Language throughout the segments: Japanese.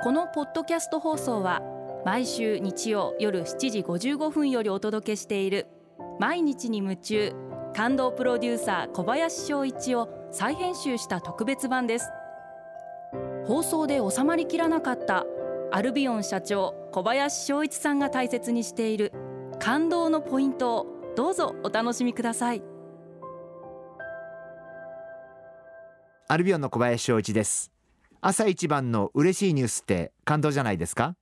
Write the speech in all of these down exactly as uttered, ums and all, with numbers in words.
このポッドキャスト放送は毎週日曜夜しちじごじゅうごふんよりお届けしている毎日に夢中感動プロデューサー小林翔一を再編集した特別版です。放送で収まりきらなかったアルビオン社長小林翔一さんが大切にしている感動のポイントをどうぞお楽しみください。 アルビオンの小林翔一です。朝一番の嬉しいニュースって感動じゃないですか。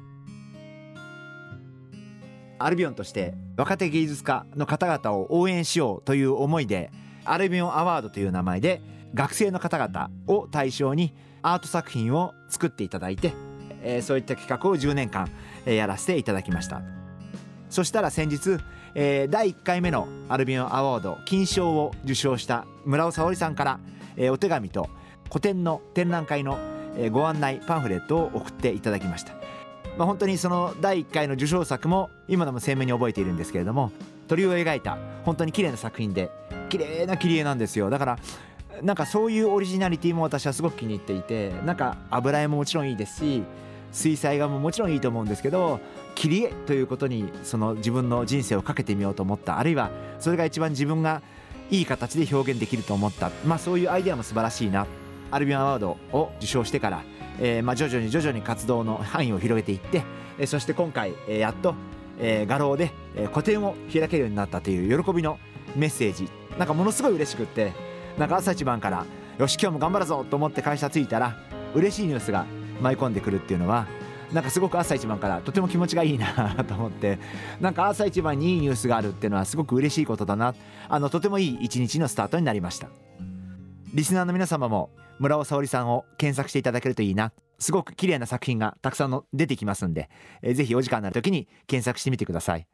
アルビオンとして若手芸術家の方々を応援しようという思いで、アルビオンアワードという名前で学生の方々を対象にアート作品を作っていただいて、えー、そういった企画をじゅうねんかん、えー、やらせていただきました。そしたら先日、えー、だいいっかいめのアルビオンアワード金賞を受賞した村尾沙織さんから、えー、お手紙と個展の展覧会の、えー、ご案内パンフレットを送っていただきました。まあ、本当にそのだいいっかいの受賞作も今でも鮮明に覚えているんですけれども、鳥を描いた本当に綺麗な作品で綺麗な切り絵なんですよ。だからなんかそういうオリジナリティも私はすごく気に入っていて、なんか油絵ももちろんいいですし水彩画ももちろんいいと思うんですけど、切り絵ということにその自分の人生をかけてみようと思った、あるいはそれが一番自分がいい形で表現できると思った、まあ、そういうアイデアも素晴らしいな。アルビオンアワードを受賞してから、えーまあ、徐々に徐々に活動の範囲を広げていって、えー、そして今回、えー、やっと、えー、画廊で、えー、個展を開けるようになったという喜びのメッセージ、なんかものすごい嬉しくって、なんか朝一番からよし今日も頑張るぞと思って会社着いたら嬉しいニュースが舞い込んでくるっていうのは、なんかすごく朝一番からとても気持ちがいいなと思って、なんか朝一番にいいニュースがあるっていうのはすごく嬉しいことだな、あのとてもいい一日のスタートになりました。リスナーの皆様も村尾沙織さんを検索していただけるといいな。すごく綺麗な作品がたくさんの出てきますんで、えー、ぜひお時間のある時に検索してみてください。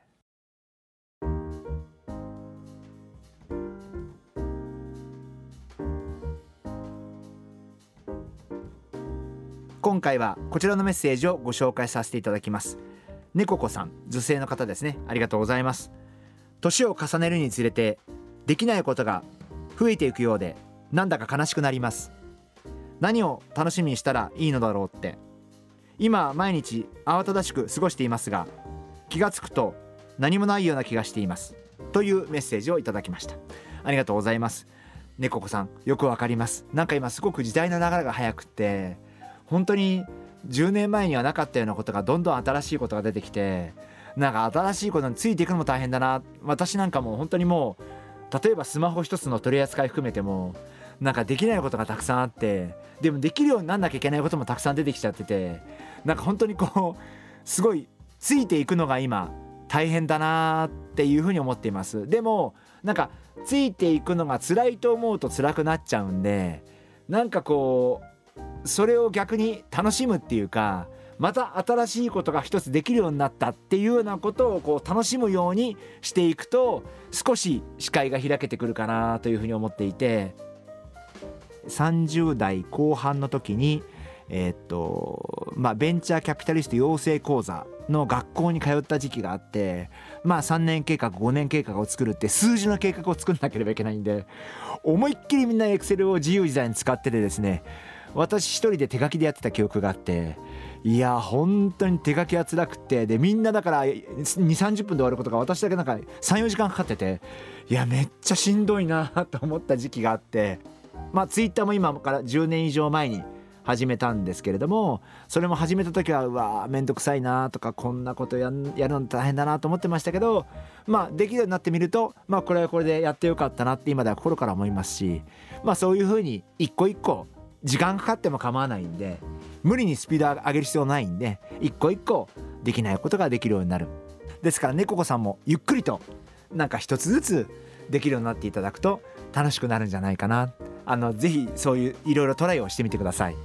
今回はこちらのメッセージをご紹介させていただきます。猫子さん、女性の方ですね。ありがとうございます。年を重ねるにつれてできないことが増えていくようでなんだか悲しくなります。何を楽しみにしたらいいのだろうって、今毎日慌ただしく過ごしていますが、気がつくと何もないような気がしていますというメッセージをいただきました。ありがとうございます。猫子さん、よくわかります。なんか今すごく時代の流れが早くって本当にじゅうねんまえにはなかったようなことがどんどん新しいことが出てきて、なんか新しいことについていくのも大変だな。私なんかも本当にもう例えばスマホ一つの取り扱い含めてもなんかできないことがたくさんあって、でもできるようになんなきゃいけないこともたくさん出てきちゃってて、なんか本当にこうすごいついていくのが今大変だなっていうふうに思っています。でもなんかついていくのが辛いと思うと辛くなっちゃうんで、なんかこうそれを逆に楽しむっていうか、また新しいことが一つできるようになったっていうようなことをこう楽しむようにしていくと少し視界が開けてくるかなというふうに思っていて、さんじゅうだいこう半の時に、えーっとまあ、ベンチャーキャピタリスト養成講座の学校に通った時期があって、まあ、さんねん計画ごねん計画を作るって数字の計画を作んなければいけないんで、思いっきりみんなエクセルを自由自在に使っててですね、私一人で手書きでやってた記憶があって、いや本当に手書きは辛くって、でみんなだからにじゅうさんじゅっぷんで終わることが私だけなんかさんよじかんかかってて、いやめっちゃしんどいなと思った時期があって、まあツイッターも今からじゅうねん以上前に始めたんですけれども、それも始めた時はうわーめんどくさいなとか、こんなことやんやるの大変だなと思ってましたけど、まあできるようになってみると、まあこれはこれでやってよかったなって今では心から思いますし、まあそういうふうに一個一個時間かかっても構わないんで、無理にスピード上げる必要ないんで、一個一個できないことができるようになる。ですから猫子さんもゆっくりとなんか一つずつできるようになっていただくと楽しくなるんじゃないかな。あのぜひそういういろいろトライをしてみてください。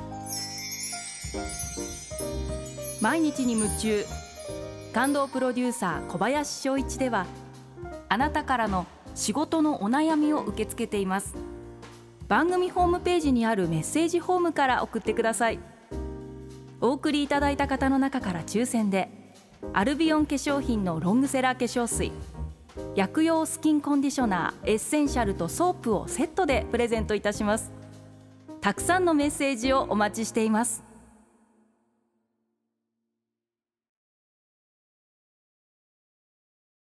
毎日に夢中感動プロデューサー小林翔一では、あなたからの仕事のお悩みを受け付けています。番組ホームページにあるメッセージフォームから送ってください。お送りいただいた方の中から抽選でアルビオン化粧品のロングセラー化粧水、薬用スキンコンディショナーエッセンシャルとソープをセットでプレゼントいたします。たくさんのメッセージをお待ちしています。